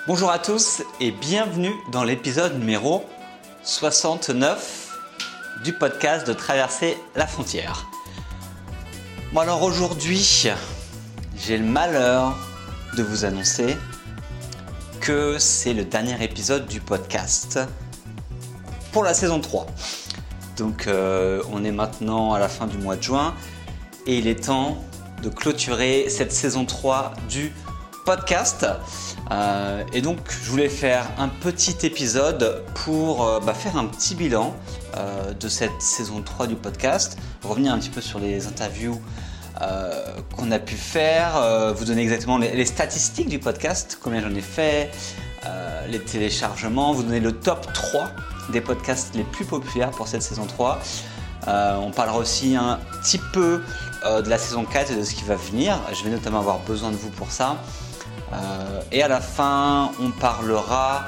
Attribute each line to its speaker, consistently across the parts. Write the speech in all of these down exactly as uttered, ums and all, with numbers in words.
Speaker 1: Bonjour à tous et bienvenue dans l'épisode numéro soixante-neuf du podcast de Traverser la frontière. Bon alors aujourd'hui, j'ai le malheur de vous annoncer que c'est le dernier épisode du podcast pour la saison trois. Donc euh, on est maintenant à la fin du mois de juin et il est temps de clôturer cette saison trois du podcast. Euh, et donc je voulais faire un petit épisode pour euh, bah, faire un petit bilan euh, de cette saison trois du podcast, revenir un petit peu sur les interviews euh, qu'on a pu faire, euh, vous donner exactement les, les statistiques du podcast, combien j'en ai fait, euh, les téléchargements, vous donner le top trois des podcasts les plus populaires pour cette saison trois. Euh, on parlera aussi un petit peu euh, de la saison quatre et de ce qui va venir. Je vais notamment avoir besoin de vous pour ça. Euh, et à la fin, on parlera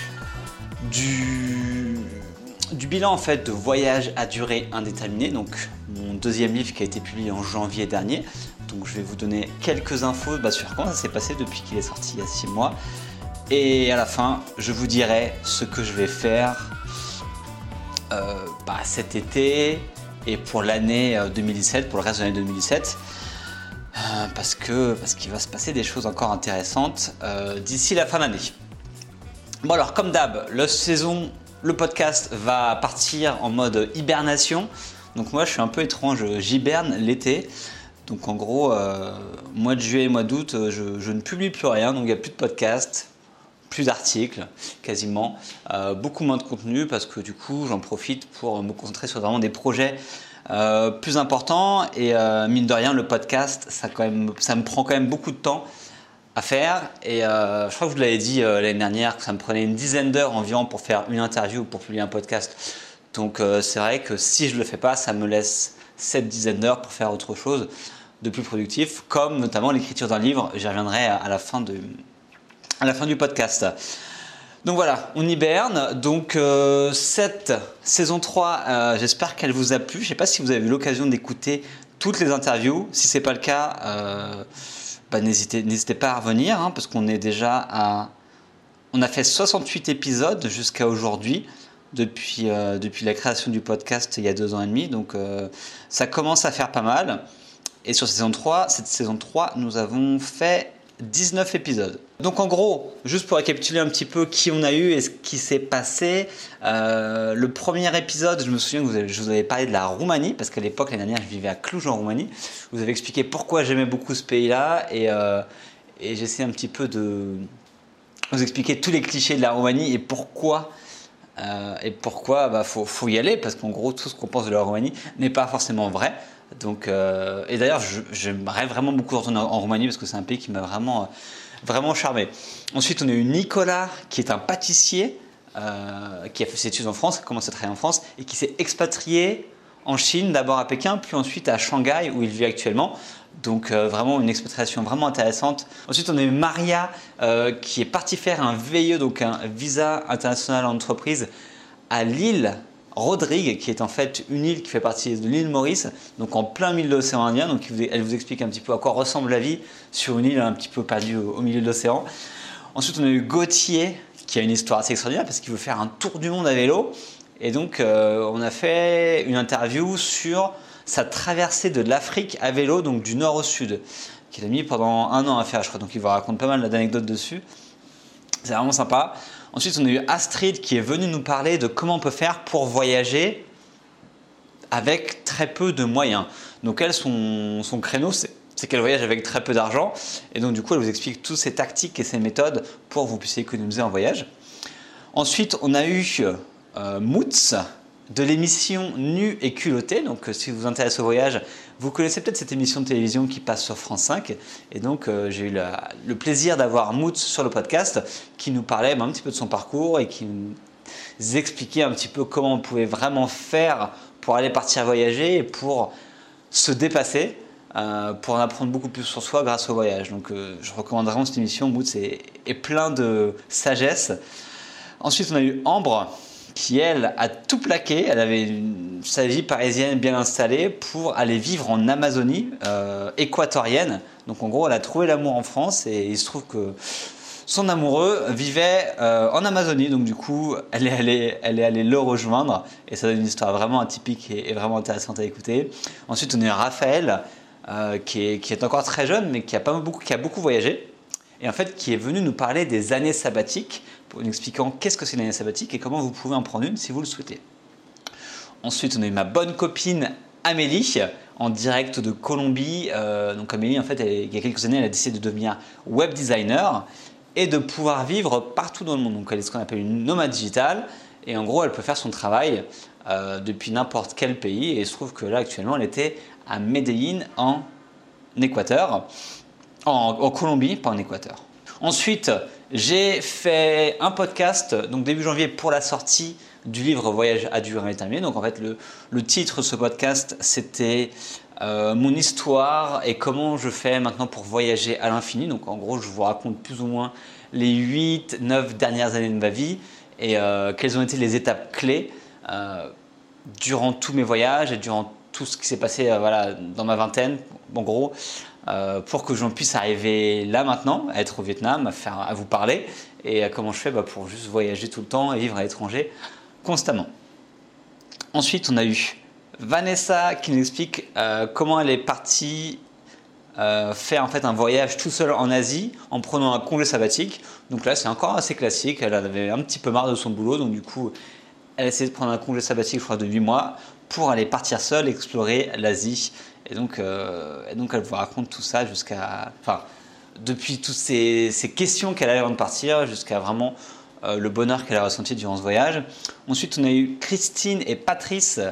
Speaker 1: du, du bilan en fait de Voyage à durée indéterminée, donc mon deuxième livre qui a été publié en janvier dernier. Donc je vais vous donner quelques infos bah, sur comment ça s'est passé depuis qu'il est sorti il y a six mois. Et à la fin, je vous dirai ce que je vais faire euh, bah, cet été et pour l'année deux mille dix-sept, pour le reste de l'année deux mille dix-sept. Euh, parce que parce qu'il va se passer des choses encore intéressantes euh, d'ici la fin d'année. Bon alors comme d'hab, la saison, le podcast va partir en mode hibernation. Donc moi je suis un peu étrange, j'hiberne l'été. Donc en gros, euh, mois de juillet et mois d'août, je, je ne publie plus rien, donc il n'y a plus de podcast, plus d'articles quasiment, euh, beaucoup moins de contenu parce que du coup j'en profite pour me concentrer sur vraiment des projets Euh, plus important et euh, mine de rien le podcast ça, quand même, ça me prend quand même beaucoup de temps à faire et euh, je crois que je vous l'avais dit euh, l'année dernière que ça me prenait une dizaine d'heures environ pour faire une interview ou pour publier un podcast, donc euh, c'est vrai que si je le fais pas ça me laisse cette dizaine d'heures pour faire autre chose de plus productif, comme notamment l'écriture d'un livre. J'y reviendrai à la fin, de, à la fin du podcast. Donc voilà, on hiberne. Donc euh, cette saison trois, euh, j'espère qu'elle vous a plu. Je ne sais pas si vous avez eu l'occasion d'écouter toutes les interviews. Si ce n'est pas le cas, euh, bah, n'hésitez, n'hésitez pas à revenir hein, parce qu'on est déjà à... On a fait soixante-huit épisodes jusqu'à aujourd'hui depuis, euh, depuis la création du podcast il y a deux ans et demi. Donc euh, ça commence à faire pas mal. Et sur saison trois, cette saison trois, nous avons fait dix-neuf épisodes. Donc en gros, juste pour récapituler un petit peu qui on a eu et ce qui s'est passé, euh, le premier épisode, je me souviens que vous avez, je vous avais parlé de la Roumanie, parce qu'à l'époque, l'année dernière, je vivais à Cluj en Roumanie. Je vous avais expliqué pourquoi j'aimais beaucoup ce pays-là et, euh, et j'essaie un petit peu de vous expliquer tous les clichés de la Roumanie et pourquoi euh, et pourquoi bah, faut, faut y aller, parce qu'en gros, tout ce qu'on pense de la Roumanie n'est pas forcément vrai. Donc, euh, et d'ailleurs, je, j'aimerais vraiment beaucoup retourner en, en Roumanie parce que c'est un pays qui m'a vraiment, vraiment charmé. Ensuite, on a eu Nicolas qui est un pâtissier euh, qui a fait ses études en France, qui a commencé à travailler en France et qui s'est expatrié en Chine, d'abord à Pékin, puis ensuite à Shanghai où il vit actuellement. Donc euh, vraiment une expatriation vraiment intéressante. Ensuite, on a eu Maria euh, qui est partie faire un V I E, donc un visa international entreprise à l'île Rodrigue, qui est en fait une île qui fait partie de l'île Maurice, donc en plein milieu de l'océan Indien. Donc elle vous explique un petit peu à quoi ressemble la vie sur une île un petit peu perdue au, au milieu de l'océan. Ensuite, on a eu Gauthier qui a une histoire assez extraordinaire parce qu'il veut faire un tour du monde à vélo. Et donc, euh, on a fait une interview sur sa traversée de l'Afrique à vélo, donc du nord au sud, qu'il a mis pendant un an à faire, je crois. Donc, il vous raconte pas mal d'anecdotes dessus. C'est vraiment sympa. Ensuite, on a eu Astrid qui est venue nous parler de comment on peut faire pour voyager avec très peu de moyens. Donc elle, son, son créneau, c'est, c'est qu'elle voyage avec très peu d'argent. Et donc du coup, elle vous explique toutes ces tactiques et ces méthodes pour que vous puissiez économiser en voyage. Ensuite, on a eu euh, Moots de l'émission Nu et culotté. Donc si vous vous intéressez au voyage, vous connaissez peut-être cette émission de télévision qui passe sur France cinq. Et donc euh, j'ai eu la, le plaisir d'avoir Moots sur le podcast qui nous parlait bah, un petit peu de son parcours et qui nous expliquait un petit peu comment on pouvait vraiment faire pour aller partir voyager et pour se dépasser, euh, pour en apprendre beaucoup plus sur soi grâce au voyage. Donc euh, je recommande vraiment cette émission. Moots est, est plein de sagesse. Ensuite on a eu Ambre qui elle a tout plaqué. Elle avait une, sa vie parisienne bien installée pour aller vivre en Amazonie euh, équatorienne. Donc en gros elle a trouvé l'amour en France et il se trouve que son amoureux vivait euh, en Amazonie, donc du coup, elle est, allée, elle est allée le rejoindre, et ça donne une histoire vraiment atypique et, et vraiment intéressante à écouter. Ensuite, on a Raphaël, euh, qui, est, qui est encore très jeune, mais qui a, pas beaucoup, qui a beaucoup voyagé, et en fait, qui est venu nous parler des années sabbatiques, pour nous expliquant qu'est-ce que c'est une année sabbatique et comment vous pouvez en prendre une si vous le souhaitez. Ensuite, on a eu ma bonne copine Amélie, en direct de Colombie. Euh, donc Amélie, en fait, elle, il y a quelques années, elle a décidé de devenir web designer et de pouvoir vivre partout dans le monde. Donc elle est ce qu'on appelle une nomade digitale. Et en gros, elle peut faire son travail euh, depuis n'importe quel pays. Et il se trouve que là, actuellement, elle était à Medellín, en Équateur. En, en Colombie, pas en Équateur. Ensuite, j'ai fait un podcast, donc début janvier, pour la sortie du livre Voyage à durée indéterminée. Donc en fait, le, le titre de ce podcast, c'était euh, mon histoire et comment je fais maintenant pour voyager à l'infini. Donc en gros, je vous raconte plus ou moins les huit neuf dernières années de ma vie et euh, quelles ont été les étapes clés euh, durant tous mes voyages et durant tout ce qui s'est passé euh, voilà, dans ma vingtaine, en gros, euh, pour que j'en puisse arriver là maintenant, à être au Vietnam, à, faire, à vous parler et à comment je fais bah, pour juste voyager tout le temps et vivre à l'étranger constamment. Ensuite, on a eu Vanessa qui nous explique euh, comment elle est partie euh, faire en fait un voyage tout seul en Asie en prenant un congé sabbatique. Donc là, c'est encore assez classique. Elle avait un petit peu marre de son boulot, donc du coup, elle a essayé de prendre un congé sabbatique, je crois, de huit mois pour aller partir seule explorer l'Asie. Et donc, euh, et donc, elle vous raconte tout ça jusqu'à, enfin, depuis toutes ces, ces questions qu'elle avait avant de partir jusqu'à vraiment Euh, le bonheur qu'elle a ressenti durant ce voyage. Ensuite, on a eu Christine et Patrice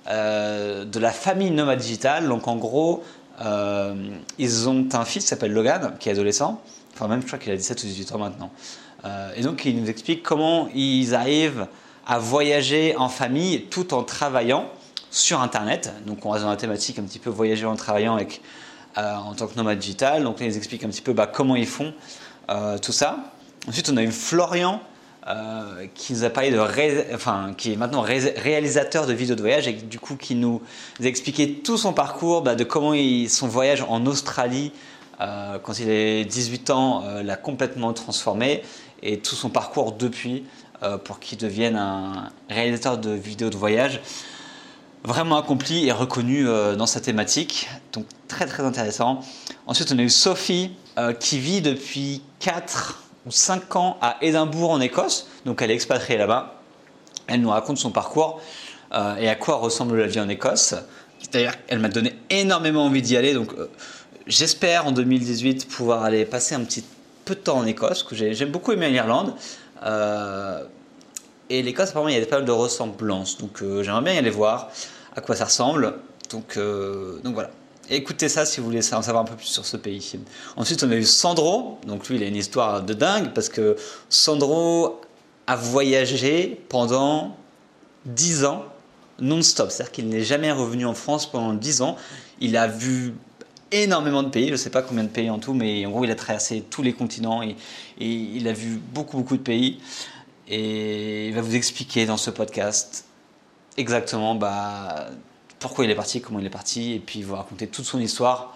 Speaker 1: euh, de la famille Nomade Digital. Donc, en gros, euh, ils ont un fils qui s'appelle Logan, qui est adolescent. Enfin, même, je crois qu'il a dix-sept ou dix-huit ans maintenant. Euh, et donc, ils nous expliquent comment ils arrivent à voyager en famille tout en travaillant sur Internet. Donc, on reste dans la thématique un petit peu voyager en travaillant avec, euh, en tant que nomade digital. Donc, là, ils expliquent un petit peu bah, comment ils font euh, tout ça. Ensuite, on a eu Florian, Euh, qui nous a parlé de ré... enfin, qui est maintenant ré... réalisateur de vidéos de voyage et du coup qui nous a expliqué tout son parcours, bah, de comment il... son voyage en Australie euh, quand il avait dix-huit ans euh, l'a complètement transformé et tout son parcours depuis euh, pour qu'il devienne un réalisateur de vidéos de voyage vraiment accompli et reconnu euh, dans sa thématique. Donc très très intéressant. Ensuite, on a eu Sophie euh, qui vit depuis quatre ou cinq ans à Édimbourg en Écosse, donc elle est expatriée là-bas. Elle nous raconte son parcours euh, et à quoi ressemble la vie en Écosse. D'ailleurs, elle m'a donné énormément envie d'y aller, donc euh, j'espère en deux mille dix-huit pouvoir aller passer un petit peu de temps en Écosse, que j'ai, j'aime beaucoup aimé l'Irlande. Euh, et l'Écosse, apparemment, il y a des pas mal de ressemblances, donc euh, j'aimerais bien y aller voir à quoi ça ressemble. Donc, euh, donc voilà. Écoutez ça si vous voulez en savoir un peu plus sur ce pays. Ensuite, on a eu Sandro. Donc lui, il a une histoire de dingue parce que Sandro a voyagé pendant dix ans non-stop. C'est-à-dire qu'il n'est jamais revenu en France pendant dix ans. Il a vu énormément de pays. Je ne sais pas combien de pays en tout, mais en gros, il a traversé tous les continents et, et il a vu beaucoup, beaucoup de pays. Et il va vous expliquer dans ce podcast exactement bah, pourquoi il est parti, comment il est parti, et puis il va raconter toute son histoire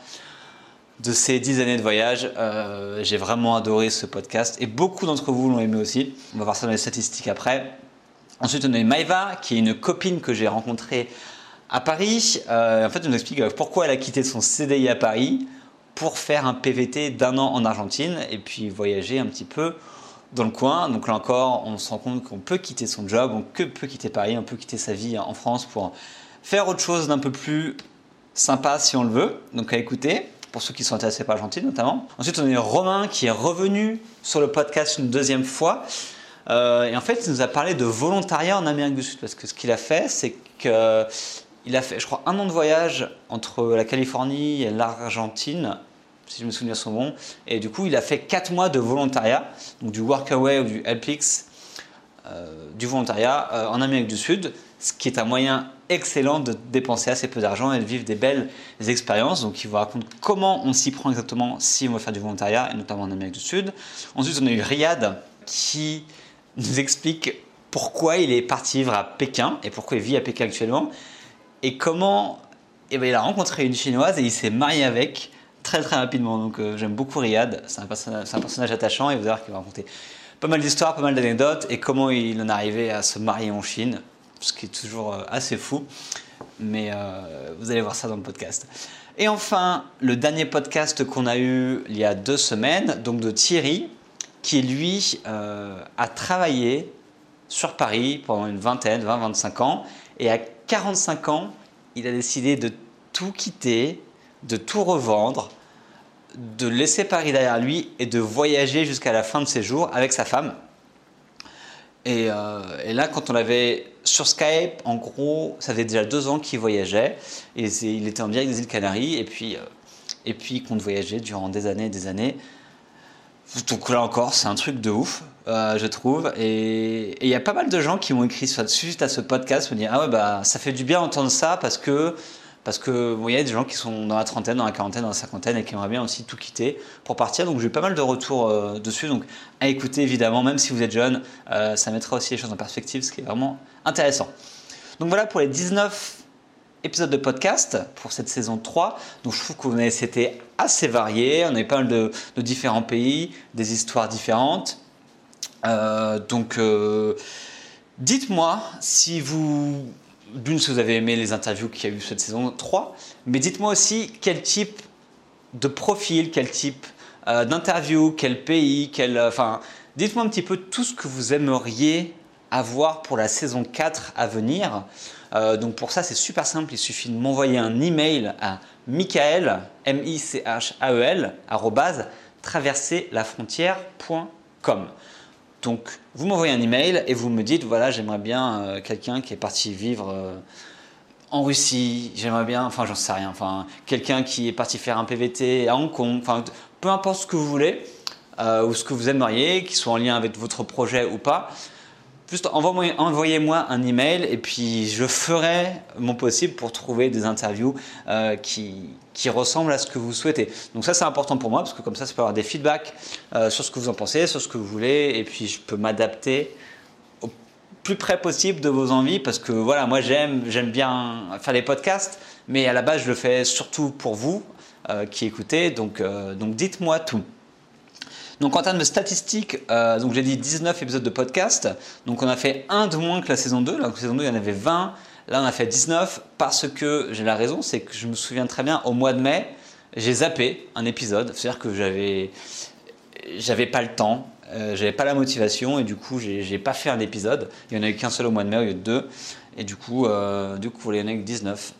Speaker 1: de ces dix années de voyage. Euh, j'ai vraiment adoré ce podcast et beaucoup d'entre vous l'ont aimé aussi. On va voir ça dans les statistiques après. Ensuite, on a eu Maïva, qui est une copine que j'ai rencontrée à Paris. Euh, en fait, elle nous explique pourquoi elle a quitté son C D I à Paris pour faire un P V T d'un an en Argentine et puis voyager un petit peu dans le coin. Donc là encore, on se rend compte qu'on peut quitter son job, on peut quitter Paris, on peut quitter sa vie en France pour faire autre chose d'un peu plus sympa si on le veut. Donc à écouter, pour ceux qui sont intéressés par l'Argentine notamment. Ensuite, on a eu Romain qui est revenu sur le podcast une deuxième fois. Euh, et en fait, il nous a parlé de volontariat en Amérique du Sud. Parce que ce qu'il a fait, c'est qu'il a fait, je crois, un an de voyage entre la Californie et l'Argentine, si je me souviens son bon. Et du coup, il a fait quatre mois de volontariat, donc du Workaway ou du HelpX, euh, du volontariat euh, en Amérique du Sud, ce qui est un moyen excellent de dépenser assez peu d'argent et de vivre des belles expériences. Donc, il vous raconte comment on s'y prend exactement si on veut faire du volontariat, et notamment en Amérique du Sud. Ensuite, on a eu Riyad qui nous explique pourquoi il est parti vivre à Pékin et pourquoi il vit à Pékin actuellement et comment eh bien, il a rencontré une Chinoise et il s'est marié avec très très rapidement. Donc euh, j'aime beaucoup Riyad, c'est un, personnage, c'est un personnage attachant et vous allez voir qu'il va raconter pas mal d'histoires, pas mal d'anecdotes et comment il en est arrivé à se marier en Chine, ce qui est toujours euh, assez fou. Mais euh, vous allez voir ça dans le podcast. Et enfin, le dernier podcast qu'on a eu il y a deux semaines, donc de Thierry, qui lui euh, a travaillé sur Paris pendant une vingtaine, vingt, vingt-cinq ans. Et à quarante-cinq ans, il a décidé de tout quitter, de tout revendre, de laisser Paris derrière lui et de voyager jusqu'à la fin de ses jours avec sa femme. Et, euh, et là, quand on l'avait sur Skype, en gros, ça faisait déjà deux ans qu'il voyageait. Et il était en direct des îles Canaries. Et puis, euh, et puis il compte voyager durant des années et des années. Donc là encore, c'est un truc de ouf, euh, je trouve. Et il y a pas mal de gens qui m'ont écrit suite à ce podcast, me dire « Ah ouais, bah, ça fait du bien d'entendre ça parce que… » Parce que bon, y a des gens qui sont dans la trentaine, dans la quarantaine, dans la cinquantaine et qui aimeraient bien aussi tout quitter pour partir. Donc j'ai eu pas mal de retours euh, dessus. Donc à écouter évidemment, même si vous êtes jeune, euh, ça mettra aussi les choses en perspective, ce qui est vraiment intéressant. Donc voilà pour les dix-neuf épisodes de podcast pour cette saison trois. Donc je trouve qu'on a c'était assez varié. On avait pas mal de, de différents pays, des histoires différentes. Euh, donc euh, dites-moi si vous… D'une, si vous avez aimé les interviews qu'il y a eu cette saison trois, mais dites-moi aussi quel type de profil, quel type euh, d'interview, quel pays, quel, euh, enfin, dites-moi un petit peu tout ce que vous aimeriez avoir pour la saison quatre à venir. Euh, donc pour ça, c'est super simple, il suffit de m'envoyer un email à Michael, M I C H A E L, arrobase, traverser la frontière point com. Donc, vous m'envoyez un email et vous me dites, voilà, j'aimerais bien euh, quelqu'un qui est parti vivre euh, en Russie, j'aimerais bien, enfin, j'en sais rien, enfin, quelqu'un qui est parti faire un P V T à Hong Kong, enfin, peu importe ce que vous voulez euh, ou ce que vous aimeriez, qui soit en lien avec votre projet ou pas. Juste envoyez-moi, envoyez-moi un email et puis je ferai mon possible pour trouver des interviews euh, qui, qui ressemblent à ce que vous souhaitez. Donc ça, c'est important pour moi parce que comme ça, ça peut avoir des feedbacks euh, sur ce que vous en pensez, sur ce que vous voulez et puis je peux m'adapter au plus près possible de vos envies parce que voilà, moi j'aime, j'aime bien faire des podcasts, mais à la base, je le fais surtout pour vous euh, qui écoutez. Donc, euh, donc dites-moi tout. Donc en termes de statistiques, euh, donc j'ai dit dix-neuf épisodes de podcast. Donc on a fait un de moins que la saison deux. La saison deux, il y en avait vingt. Là, on a fait dix-neuf parce que j'ai la raison, c'est que je me souviens très bien, au mois de mai, j'ai zappé un épisode. C'est-à-dire que j'avais, j'avais pas le temps, euh, j'avais pas la motivation et du coup, j'ai, j'ai pas fait un épisode. Il n'y en a eu qu'un seul au mois de mai au lieu de deux. Et du coup, euh, du coup il y en a eu que dix-neuf.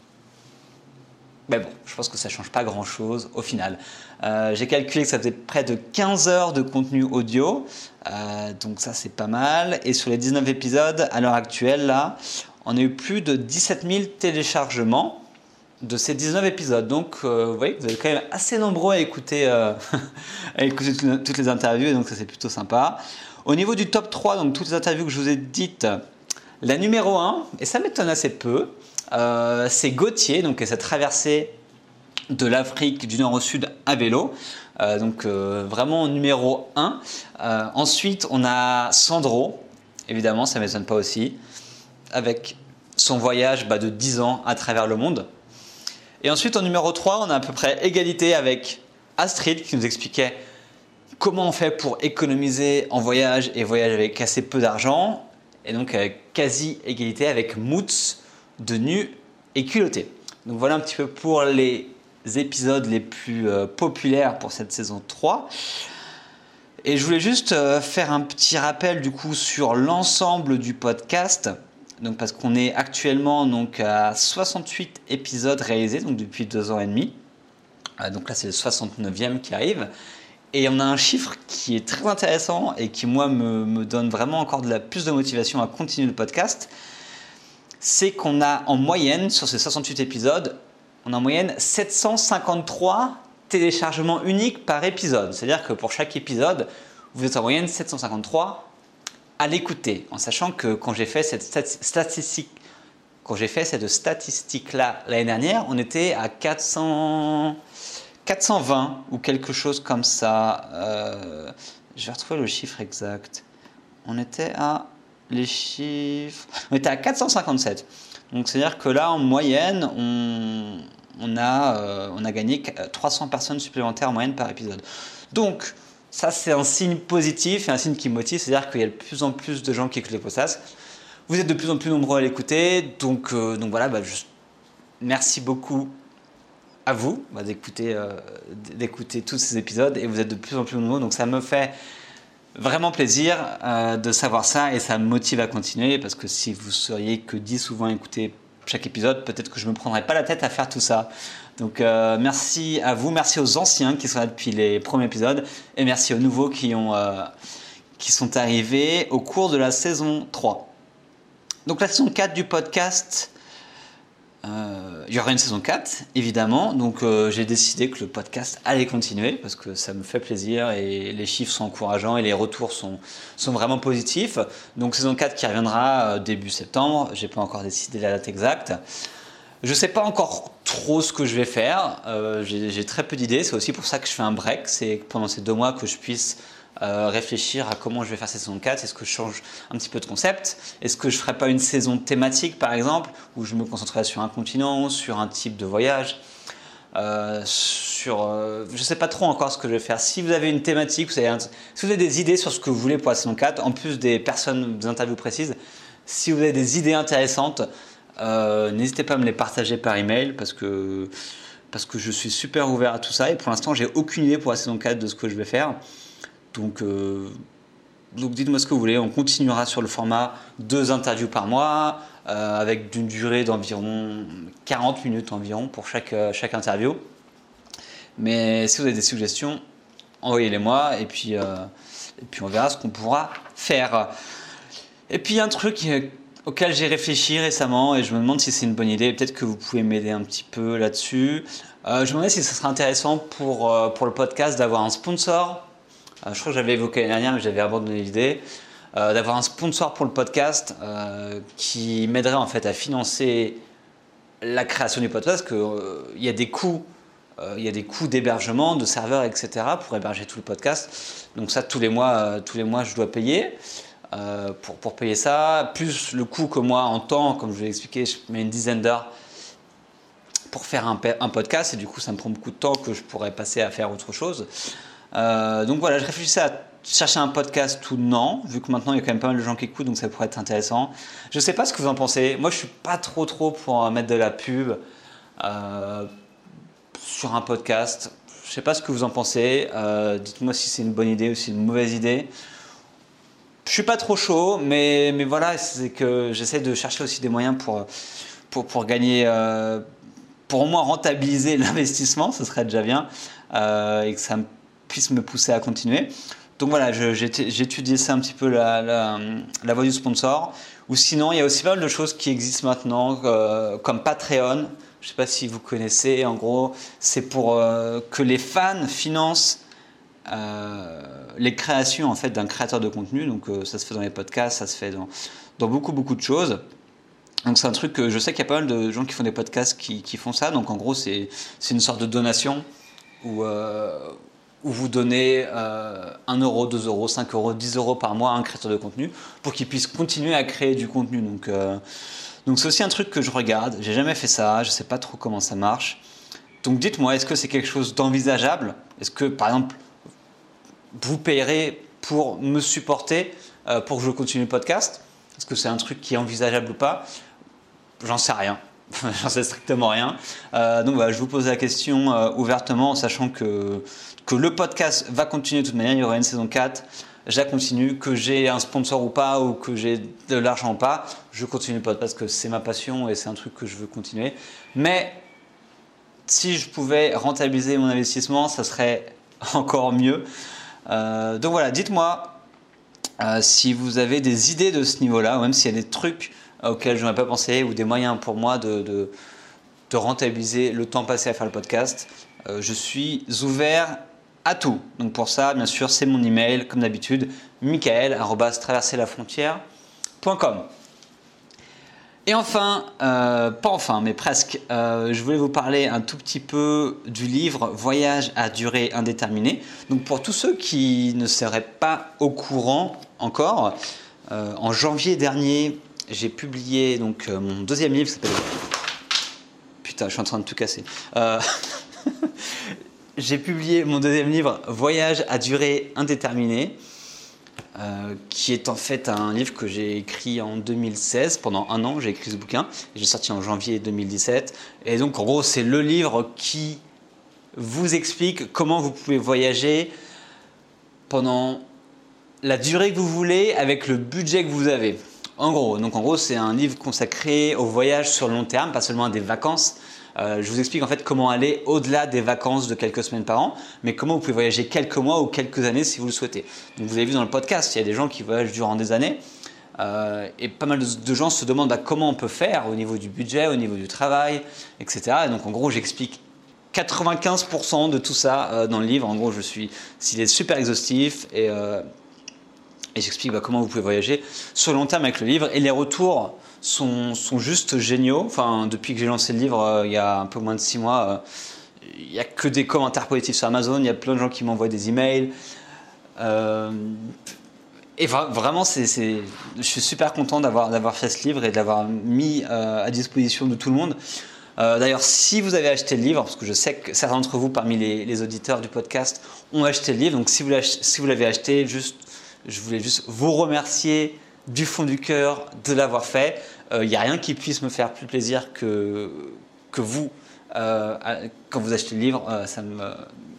Speaker 1: Mais bon, je pense que ça ne change pas grand-chose au final. Euh, j'ai calculé que ça faisait près de quinze heures de contenu audio, euh, donc ça c'est pas mal. Et sur les dix-neuf épisodes, à l'heure actuelle, là, on a eu plus de dix-sept mille téléchargements de ces dix-neuf épisodes. Donc euh, vous voyez que vous êtes quand même assez nombreux à écouter, euh, à écouter toutes les interviews, et donc ça c'est plutôt sympa. Au niveau du top trois, donc toutes les interviews que je vous ai dites, la numéro un, et ça m'étonne assez peu, Euh, c'est Gauthier, donc cette traversée de l'Afrique du nord au sud à vélo, euh, donc euh, vraiment numéro un. Euh, ensuite, on a Sandro, évidemment, ça ne m'étonne pas aussi, avec son voyage bah, de dix ans à travers le monde. Et ensuite, en numéro trois, on a à peu près égalité avec Astrid qui nous expliquait comment on fait pour économiser en voyage et voyager avec assez peu d'argent. Et donc, avec quasi égalité avec Moots, de nu et culotté. Donc voilà un petit peu pour les épisodes les plus euh, populaires pour cette saison trois. Et je voulais juste euh, faire un petit rappel du coup sur l'ensemble du podcast. Donc parce qu'on est actuellement donc à soixante-huit épisodes réalisés donc depuis deux ans et demi. Euh, donc là c'est le soixante-neuvième qui arrive. Et on a un chiffre qui est très intéressant et qui moi me, me donne vraiment encore de la plus de motivation à continuer le podcast. C'est qu'on a en moyenne, sur ces soixante-huit épisodes, on a en moyenne sept cent cinquante-trois téléchargements uniques par épisode. C'est-à-dire que pour chaque épisode, vous êtes en moyenne sept cent cinquante-trois à l'écouter. En sachant que quand j'ai fait cette statistique, quand j'ai fait cette statistique-là l'année dernière, on était à quatre cents, quatre cent vingt ou quelque chose comme ça. Euh, je vais retrouver le chiffre exact. On était à... Les chiffres… On était à quatre cent cinquante-sept. Donc, c'est-à-dire que là, en moyenne, on, on a, euh, on a gagné trois cents personnes supplémentaires en moyenne par épisode. Donc, ça, c'est un signe positif et un signe qui motive, c'est-à-dire qu'il y a de plus en plus de gens qui écoutent les podcasts. Vous êtes de plus en plus nombreux à l'écouter, donc, euh, donc voilà, bah, juste merci beaucoup à vous bah, d'écouter, euh, d'écouter tous ces épisodes et vous êtes de plus en plus nombreux, donc ça me fait vraiment plaisir euh, de savoir ça et ça me motive à continuer parce que si vous seriez que dix ou vingt à écouter chaque épisode, peut-être que je ne me prendrais pas la tête à faire tout ça. Donc euh, merci à vous, merci aux anciens qui sont là depuis les premiers épisodes et merci aux nouveaux qui, ont, euh, qui sont arrivés au cours de la saison trois. Donc la saison quatre du podcast, euh, il y aura une saison quatre évidemment, donc euh, j'ai décidé que le podcast allait continuer parce que ça me fait plaisir et les chiffres sont encourageants et les retours sont, sont vraiment positifs. Donc saison quatre qui reviendra début septembre, j'ai pas encore décidé la date exacte. Je sais pas encore trop ce que je vais faire, euh, j'ai, j'ai très peu d'idées, c'est aussi pour ça que je fais un break, c'est pendant ces deux mois que je puisse Euh, réfléchir à comment je vais faire cette saison quatre. Est-ce que je change un petit peu de concept? Est-ce que je ne ferai pas une saison thématique par exemple où je me concentrerai sur un continent, sur un type de voyage, euh, sur, euh, je ne sais pas trop encore ce que je vais faire. Si vous avez une thématique, vous avez un, si vous avez des idées sur ce que vous voulez pour la saison quatre, en plus des personnes, des interviews précises, si vous avez des idées intéressantes, euh, n'hésitez pas à me les partager par email parce que, parce que je suis super ouvert à tout ça et pour l'instant j'ai aucune idée pour la saison quatre de ce que je vais faire. Donc, euh, donc dites-moi ce que vous voulez, on continuera sur le format deux interviews par mois euh, avec une durée d'environ quarante minutes environ pour chaque, euh, chaque interview. Mais si vous avez des suggestions, envoyez-les moi et puis, euh, et puis on verra ce qu'on pourra faire. Et puis il y a un truc auquel j'ai réfléchi récemment et je me demande si c'est une bonne idée, peut-être que vous pouvez m'aider un petit peu là-dessus. Euh, je me demandais si ce serait intéressant pour, euh, pour le podcast d'avoir un sponsor. Euh, je crois que j'avais évoqué l'année dernière, mais j'avais abandonné l'idée euh, d'avoir un sponsor pour le podcast euh, qui m'aiderait en fait à financer la création du podcast, parce qu'il euh, y a des coûts, euh, il y a des coûts d'hébergement, de serveurs, et cetera pour héberger tout le podcast. Donc ça, tous les mois, euh, tous les mois, je dois payer euh, pour, pour payer ça, plus le coût que moi en temps, comme je vous l'ai expliqué, je mets une dizaine d'heures pour faire un, un podcast et du coup, ça me prend beaucoup de temps que je pourrais passer à faire autre chose. Euh, donc voilà, je réfléchissais à chercher un podcast ou non, vu que maintenant il y a quand même pas mal de gens qui écoutent, donc ça pourrait être intéressant. Je sais pas ce que vous en pensez. Moi, je suis pas trop trop pour mettre de la pub euh, sur un podcast. Je sais pas ce que vous en pensez. Euh, dites-moi si c'est une bonne idée ou si c'est une mauvaise idée. Je suis pas trop chaud, mais mais voilà, c'est que j'essaie de chercher aussi des moyens pour pour pour gagner, euh, pour au moins rentabiliser l'investissement, ce serait déjà bien, euh, et que ça me puisse me pousser à continuer. Donc voilà, je, j'ai, j'ai étudié ça un petit peu, la, la, la voie du sponsor. Ou sinon, il y a aussi pas mal de choses qui existent maintenant, euh, comme Patreon. Je ne sais pas si vous connaissez. En gros, c'est pour euh, que les fans financent euh, les créations en fait, d'un créateur de contenu. Donc euh, ça se fait dans les podcasts, ça se fait dans, dans beaucoup, beaucoup de choses. Donc c'est un truc que je sais qu'il y a pas mal de gens qui font des podcasts qui, qui font ça. Donc en gros, c'est, c'est une sorte de donation où... Euh, où vous donnez euh, un euro, deux euros, cinq euros, dix euros par mois à un créateur de contenu pour qu'il puisse continuer à créer du contenu. Donc, euh, donc c'est aussi un truc que je regarde. J'ai jamais fait ça, je sais pas trop comment ça marche. Donc dites-moi, est-ce que c'est quelque chose d'envisageable? Est-ce que par exemple vous payerez pour me supporter euh, pour que je continue le podcast? Est-ce que c'est un truc qui est envisageable ou pas? J'en sais rien. J'en sais strictement rien. Euh, donc voilà, je vous pose la question euh, ouvertement en sachant que que le podcast va continuer de toute manière, il y aura une saison quatre, je la continue, que j'ai un sponsor ou pas, ou que j'ai de l'argent ou pas, je continue le podcast parce que c'est ma passion et c'est un truc que je veux continuer. Mais si je pouvais rentabiliser mon investissement, ça serait encore mieux. Euh, donc voilà, dites-moi euh, si vous avez des idées de ce niveau-là, ou même s'il y a des trucs auxquels je n'aurais pas pensé, ou des moyens pour moi de, de, de rentabiliser le temps passé à faire le podcast. Euh, je suis ouvert à tout. Donc pour ça, bien sûr, c'est mon email, comme d'habitude, michael arobase traverser la frontière point com. Et enfin, euh, pas enfin, mais presque, euh, je voulais vous parler un tout petit peu du livre Voyage à durée indéterminée. Donc pour tous ceux qui ne seraient pas au courant encore, euh, en janvier dernier, j'ai publié donc, euh, mon deuxième livre qui s'appelle... Putain, je suis en train de tout casser. Euh... J'ai publié mon deuxième livre, Voyage à durée indéterminée, euh, qui est en fait un livre que j'ai écrit en deux mille seize. Pendant un an, j'ai écrit ce bouquin. J'ai sorti en janvier deux mille dix-sept. Et donc, en gros, c'est le livre qui vous explique comment vous pouvez voyager pendant la durée que vous voulez avec le budget que vous avez. En gros, donc en gros, c'est un livre consacré au voyage sur le long terme, pas seulement à des vacances. Euh, je vous explique en fait comment aller au-delà des vacances de quelques semaines par an, mais comment vous pouvez voyager quelques mois ou quelques années si vous le souhaitez. Donc vous avez vu dans le podcast, il y a des gens qui voyagent durant des années euh, et pas mal de, de gens se demandent bah, comment on peut faire au niveau du budget, au niveau du travail, et cetera. Et donc en gros, j'explique quatre-vingt-quinze pour cent de tout ça euh, dans le livre. En gros, je suis, s'il est super exhaustif et, euh, et j'explique bah, comment vous pouvez voyager sur le long terme avec le livre. Et les retours sont, sont juste géniaux. Enfin, depuis que j'ai lancé le livre euh, il y a un peu moins de six mois, euh, il n'y a que des commentaires positifs sur Amazon. Il y a plein de gens qui m'envoient des emails. Euh, et vra- vraiment, c'est, c'est, je suis super content d'avoir, d'avoir fait ce livre et de l'avoir mis euh, à disposition de tout le monde. Euh, d'ailleurs, si vous avez acheté le livre, parce que je sais que certains d'entre vous parmi les, les auditeurs du podcast ont acheté le livre, donc si vous, si vous l'avez acheté, juste, je voulais juste vous remercier du fond du cœur de l'avoir fait. Il euh, n'y a rien qui puisse me faire plus plaisir que, que vous, euh, quand vous achetez le livre. Euh, ça me,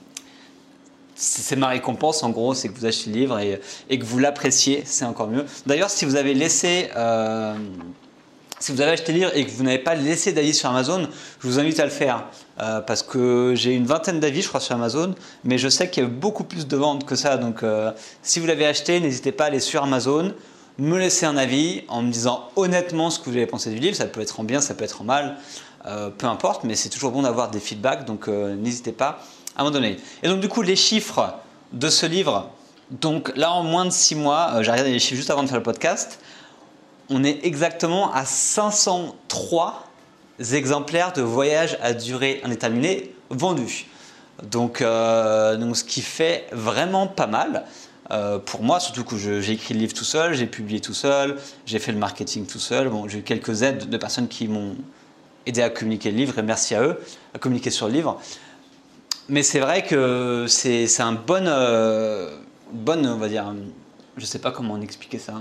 Speaker 1: c'est, c'est ma récompense en gros, c'est que vous achetez le livre et, et que vous l'appréciez, c'est encore mieux. D'ailleurs, si vous avez laissé... Euh, Si vous avez acheté le livre et que vous n'avez pas laissé d'avis sur Amazon, je vous invite à le faire euh, parce que j'ai une vingtaine d'avis, je crois, sur Amazon, mais je sais qu'il y a beaucoup plus de ventes que ça. Donc, euh, si vous l'avez acheté, n'hésitez pas à aller sur Amazon, me laisser un avis en me disant honnêtement ce que vous avez pensé du livre. Ça peut être en bien, ça peut être en mal, euh, peu importe, mais c'est toujours bon d'avoir des feedbacks, donc euh, n'hésitez pas à m'en donner. Et donc, du coup, les chiffres de ce livre, donc là, en moins de six mois, euh, j'ai regardé les chiffres juste avant de faire le podcast. On est exactement à cinq cent trois exemplaires de Voyage à durée indéterminée vendus. Donc, euh, donc ce qui fait vraiment pas mal euh, pour moi, surtout que je, j'ai écrit le livre tout seul, j'ai publié tout seul, j'ai fait le marketing tout seul. Bon, j'ai eu quelques aides de personnes qui m'ont aidé à communiquer le livre et merci à eux, à communiquer sur le livre. Mais c'est vrai que c'est, c'est un bon, euh, bonne, on va dire, je ne sais pas comment on expliquer ça.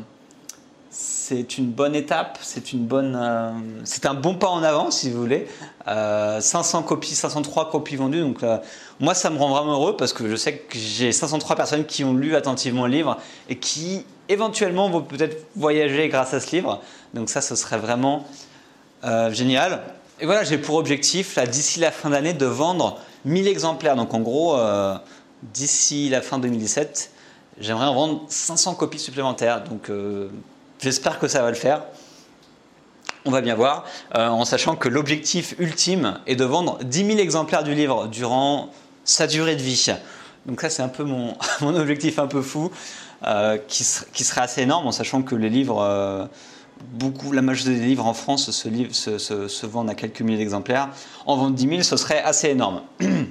Speaker 1: C'est une bonne étape, c'est, une bonne, euh, c'est un bon pas en avant si vous voulez. Euh, cinq cents copies, cinq cent trois copies vendues. Donc euh, moi ça me rend vraiment heureux parce que je sais que j'ai cinq cent trois personnes qui ont lu attentivement le livre et qui éventuellement vont peut-être voyager grâce à ce livre. Donc ça ce serait vraiment euh, génial. Et voilà, j'ai pour objectif là, d'ici la fin d'année de vendre mille exemplaires. Donc en gros, euh, d'ici la fin deux mille dix-sept, j'aimerais en vendre cinq cents copies supplémentaires. Donc euh, j'espère que ça va le faire. On va bien voir, euh, en sachant que l'objectif ultime est de vendre dix mille exemplaires du livre durant sa durée de vie. Donc ça, c'est un peu mon, mon objectif un peu fou, euh, qui, ser, qui serait assez énorme, en sachant que les livres, euh, beaucoup, la majorité des livres en France se, livre, se, se, se vendent à quelques milliers d'exemplaires. En vendre dix mille, ce serait assez énorme.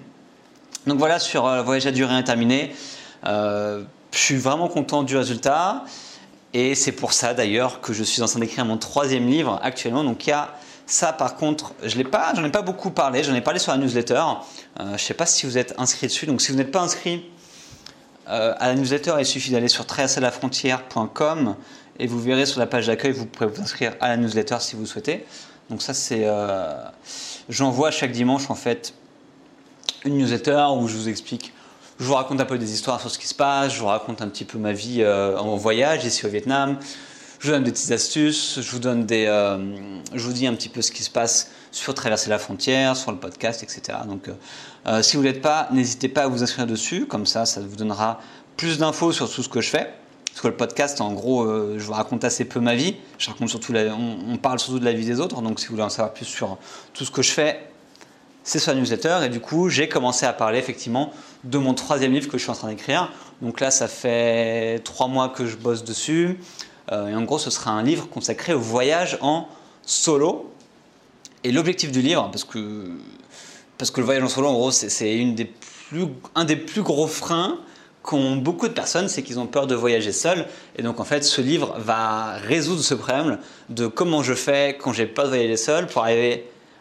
Speaker 1: Donc voilà, sur euh, Voyage à durée indéterminée, euh, je suis vraiment content du résultat. Et c'est pour ça d'ailleurs que je suis en train d'écrire mon troisième livre actuellement. Donc il y a ça par contre, je l'ai pas, j'en ai pas beaucoup parlé, j'en ai parlé sur la newsletter. Euh, je ne sais pas si vous êtes inscrit dessus. Donc si vous n'êtes pas inscrit euh, à la newsletter, il suffit d'aller sur traverser la frontière point com et vous verrez sur la page d'accueil, vous pourrez vous inscrire à la newsletter si vous souhaitez. Donc ça c'est, euh, j'envoie chaque dimanche en fait une newsletter où je vous explique. Je vous raconte un peu des histoires sur ce qui se passe, je vous raconte un petit peu ma vie euh, en voyage ici au Vietnam, je vous donne des petites astuces, je vous, donne des, euh, je vous dis un petit peu ce qui se passe sur Traverser la frontière, sur le podcast, et cetera. Donc euh, si vous ne l'êtes pas, n'hésitez pas à vous inscrire dessus, comme ça, ça vous donnera plus d'infos sur tout ce que je fais. Parce que le podcast, en gros, euh, je vous raconte assez peu ma vie, je raconte surtout la, on, on parle surtout de la vie des autres, donc si vous voulez en savoir plus sur tout ce que je fais, c'est sur la newsletter. Et du coup, j'ai commencé à parler effectivement de mon troisième livre que je suis en train d'écrire. Donc là, ça fait trois mois que je bosse dessus. Euh, et en gros, ce sera un livre consacré au voyage en solo. Et l'objectif du livre, parce que, parce que le voyage en solo, en gros, c'est, c'est une des plus, un des plus gros freins qu'ont beaucoup de personnes, c'est qu'ils ont peur de voyager seul. Et donc, en fait, ce livre va résoudre ce problème de comment je fais quand j'ai peur de voyager seul pour arriver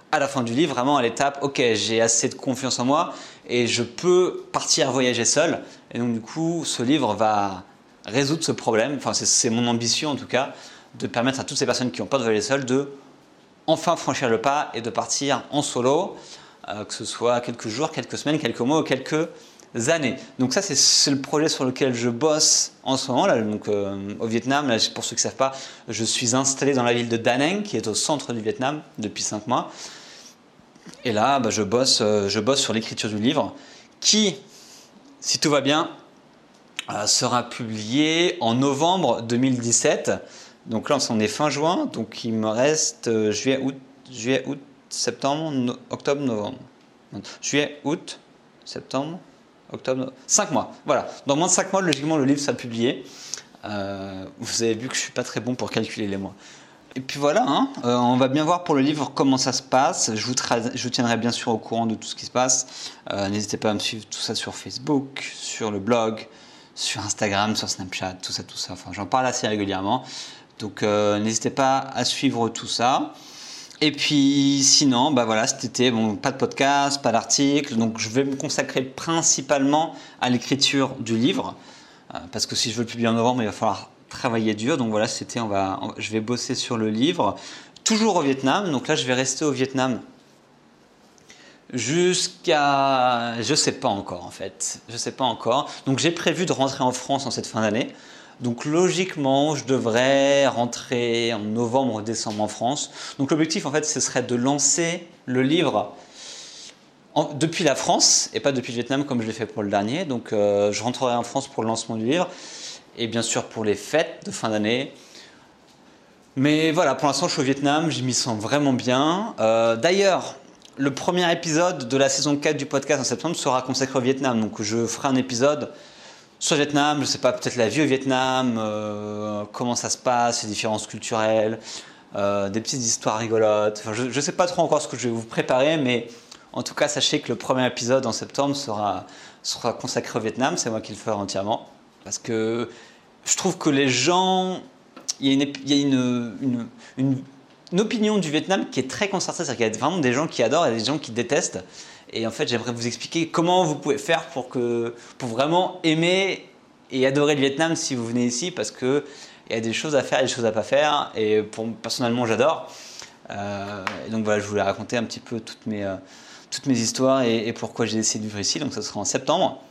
Speaker 1: à la fin du livre, vraiment à l'étape, ok, j'ai assez de confiance en moi et je peux partir voyager seul. Et donc du coup, ce livre va résoudre ce problème. Enfin, c'est, c'est mon ambition en tout cas, de permettre à toutes ces personnes qui ont peur de voyager seul de enfin franchir le pas et de partir en solo, euh, que ce soit quelques jours, quelques semaines, quelques mois ou quelques années. Donc ça, c'est, c'est le projet sur lequel je bosse en ce moment. Là, donc, euh, au Vietnam, là, pour ceux qui ne savent pas, je suis installé dans la ville de Da Nang, qui est au centre du Vietnam depuis cinq mois. Et là, bah, je, bosse, euh, je bosse sur l'écriture du livre, qui, si tout va bien, euh, sera publié en novembre deux mille dix-sept. Donc là, on est fin juin, donc il me reste euh, juillet, août, juillet, août, septembre, no, octobre, novembre. Juillet, août, septembre, octobre, novembre. cinq mois. Voilà. Dans moins de cinq mois, logiquement, le livre sera publié. Euh, vous avez vu que je ne suis pas très bon pour calculer les mois. Et puis voilà, hein, euh, on va bien voir pour le livre comment ça se passe. Je vous, tra- je vous tiendrai bien sûr au courant de tout ce qui se passe. Euh, n'hésitez pas à me suivre tout ça sur Facebook, sur le blog, sur Instagram, sur Snapchat, tout ça, tout ça. Enfin, j'en parle assez régulièrement. Donc euh, n'hésitez pas à suivre tout ça. Et puis sinon, bah voilà, cet été, bon, pas de podcast, pas d'article. Donc je vais me consacrer principalement à l'écriture du livre. Euh, parce que si je veux le publier en novembre, il va falloir travailler dur. Donc voilà, cet été, on va, on, je vais bosser sur le livre. Toujours au Vietnam. Donc là, je vais rester au Vietnam jusqu'à... Je sais pas encore en fait. Je sais pas encore. Donc j'ai prévu de rentrer en France en cette fin d'année. Donc logiquement, je devrais rentrer en novembre ou décembre en France. Donc l'objectif en fait, ce serait de lancer le livre en, depuis la France et pas depuis le Vietnam comme je l'ai fait pour le dernier. Donc euh, je rentrerai en France pour le lancement du livre et bien sûr pour les fêtes de fin d'année. Mais voilà, pour l'instant je suis au Vietnam, je m'y sens vraiment bien. Euh, d'ailleurs, le premier épisode de la saison quatre du podcast en septembre sera consacré au Vietnam. Donc je ferai un épisode sur le Vietnam, je ne sais pas, peut-être la vie au Vietnam, euh, comment ça se passe, les différences culturelles, euh, des petites histoires rigolotes. Enfin, je ne sais pas trop encore ce que je vais vous préparer, mais en tout cas, sachez que le premier épisode en septembre sera, sera consacré au Vietnam. C'est moi qui le ferai entièrement. Parce que je trouve que les gens... Il y a une, il y a une, une, une, une opinion du Vietnam qui est très concertée. C'est-à-dire qu'il y a vraiment des gens qui adorent et des gens qui détestent. Et en fait, j'aimerais vous expliquer comment vous pouvez faire pour, que, pour vraiment aimer et adorer le Vietnam si vous venez ici, parce qu'il y a des choses à faire et des choses à pas faire. Et pour, personnellement, j'adore. Euh, et donc voilà, je voulais raconter un petit peu toutes mes, euh, toutes mes histoires et, et pourquoi j'ai décidé de vivre ici. Donc ça sera en septembre.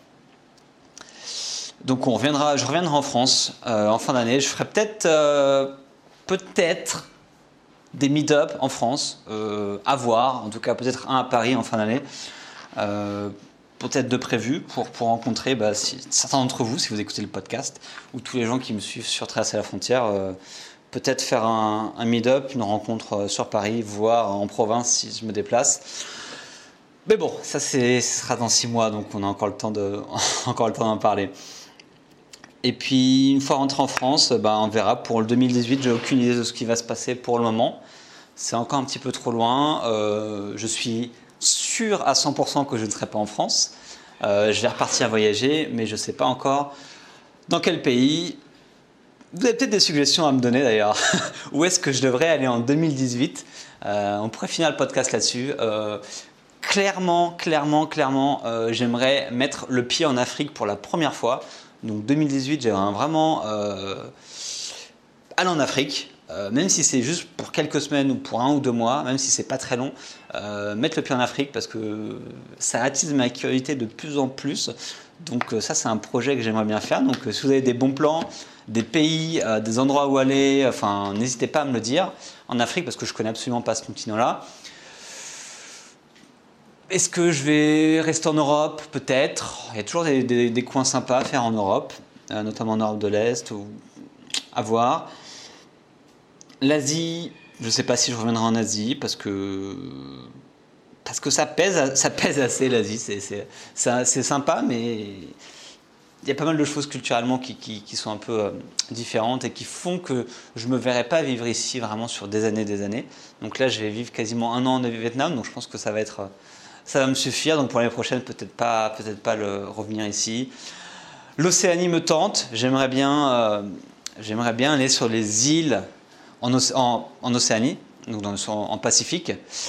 Speaker 1: Donc on reviendra, je reviendrai en France euh, en fin d'année. Je ferai peut-être, euh, peut-être des meet-up en France, euh, à voir, en tout cas peut-être un à Paris en fin d'année, euh, peut-être de prévu pour, pour rencontrer bah, si, certains d'entre vous, si vous écoutez le podcast, ou tous les gens qui me suivent sur Traverser la frontière, euh, peut-être faire un, un meet-up, une rencontre sur Paris, voire en province si je me déplace. Mais bon, ça c'est, ce sera dans six mois, donc on a encore le temps, de, encore le temps d'en parler. Et puis, une fois rentré en France, bah, on verra. Pour le deux mille dix-huit, j'ai aucune idée de ce qui va se passer pour le moment. C'est encore un petit peu trop loin. Euh, je suis sûr à cent pour cent que je ne serai pas en France. Euh, je vais repartir voyager, mais je ne sais pas encore dans quel pays. Vous avez peut-être des suggestions à me donner d'ailleurs. Où est-ce que je devrais aller en deux mille dix-huit? euh, On pourrait finir le podcast là-dessus. Euh, clairement, clairement, clairement, euh, j'aimerais mettre le pied en Afrique pour la première fois. Donc deux mille dix-huit, j'aimerais vraiment euh, aller en Afrique, euh, même si c'est juste pour quelques semaines ou pour un ou deux mois, même si c'est pas très long, euh, mettre le pied en Afrique parce que ça attise ma curiosité de plus en plus. Donc euh, ça, c'est un projet que j'aimerais bien faire. Donc euh, si vous avez des bons plans, des pays, euh, des endroits où aller, enfin, n'hésitez pas à me le dire en Afrique parce que je connais absolument pas ce continent-là. Est-ce que je vais rester en Europe? Peut-être. Il y a toujours des, des, des coins sympas à faire en Europe, euh, notamment en Europe de l'Est, ou à voir. L'Asie, je ne sais pas si je reviendrai en Asie, parce que, parce que ça pèse, ça pèse assez l'Asie. C'est, c'est, c'est, c'est sympa, mais il y a pas mal de choses culturellement qui, qui, qui sont un peu euh, différentes et qui font que je ne me verrai pas vivre ici vraiment sur des années et des années. Donc là, je vais vivre quasiment un an au Vietnam, donc je pense que ça va être... Ça va me suffire, donc pour l'année prochaine, peut-être pas, peut-être pas le, revenir ici. L'Océanie me tente, j'aimerais bien, euh, j'aimerais bien aller sur les îles en, en, en Océanie, donc dans, en, en Pacifique.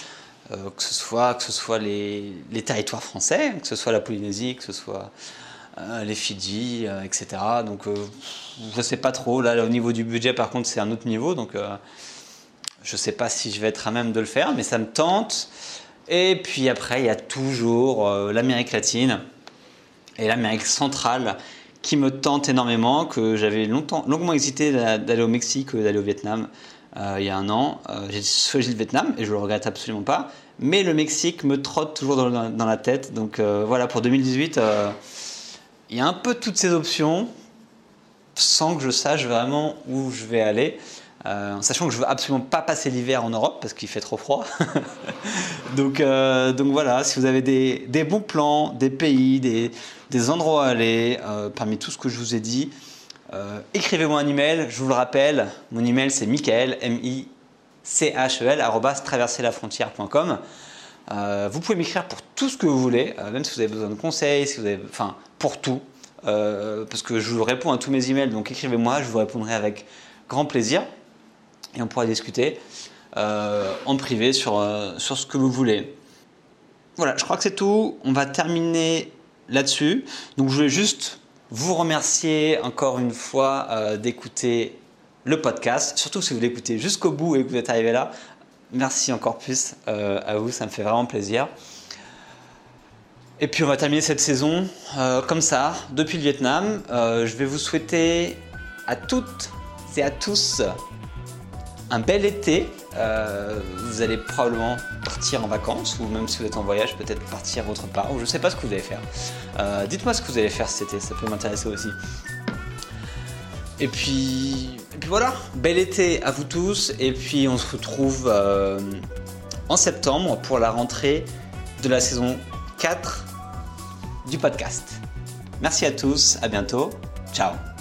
Speaker 1: euh, que ce soit, que ce soit les, les territoires français, que ce soit la Polynésie, que ce soit euh, les Fidji, euh, et cetera. Donc euh, je ne sais pas trop. Là, au niveau du budget, par contre, c'est un autre niveau. Donc euh, je ne sais pas si je vais être à même de le faire, mais ça me tente. Et puis après, il y a toujours euh, l'Amérique latine et l'Amérique centrale qui me tente énormément, que j'avais longtemps, longuement hésité d'aller au Mexique ou d'aller au Vietnam euh, il y a un an. Euh, j'ai choisi le Vietnam et je le regrette absolument pas. Mais le Mexique me trotte toujours dans, dans la tête. Donc euh, voilà, pour deux mille dix-huit, euh, il y a un peu toutes ces options sans que je sache vraiment où je vais aller. Euh, en sachant que je veux absolument pas passer l'hiver en Europe parce qu'il fait trop froid. donc, euh, donc voilà, si vous avez des, des bons plans, des pays, des, des endroits à aller, euh, parmi tout ce que je vous ai dit, euh, écrivez-moi un email. Je vous le rappelle, mon email c'est Michael, M I C H E L, arobase traverser la frontière point com. Euh, vous pouvez m'écrire pour tout ce que vous voulez, euh, même si vous avez besoin de conseils, si vous avez, enfin pour tout, euh, parce que je vous réponds à tous mes emails. Donc écrivez-moi, je vous répondrai avec grand plaisir. Et on pourra discuter euh, en privé sur, euh, sur ce que vous voulez. Voilà, je crois que c'est tout. On va terminer là-dessus. Donc je voulais juste vous remercier encore une fois euh, d'écouter le podcast. Surtout si vous l'écoutez jusqu'au bout et que vous êtes arrivé là. Merci encore plus euh, à vous, ça me fait vraiment plaisir. Et puis on va terminer cette saison euh, comme ça, depuis le Vietnam. Euh, je vais vous souhaiter à toutes et à tous un bel été. Euh, vous allez probablement partir en vacances ou même si vous êtes en voyage, peut-être partir autre part. Ou je ne sais pas ce que vous allez faire. Euh, dites-moi ce que vous allez faire cet été, ça peut m'intéresser aussi. Et puis, et puis voilà, bel été à vous tous. Et puis on se retrouve euh, en septembre pour la rentrée de la saison quatre du podcast. Merci à tous, à bientôt. Ciao.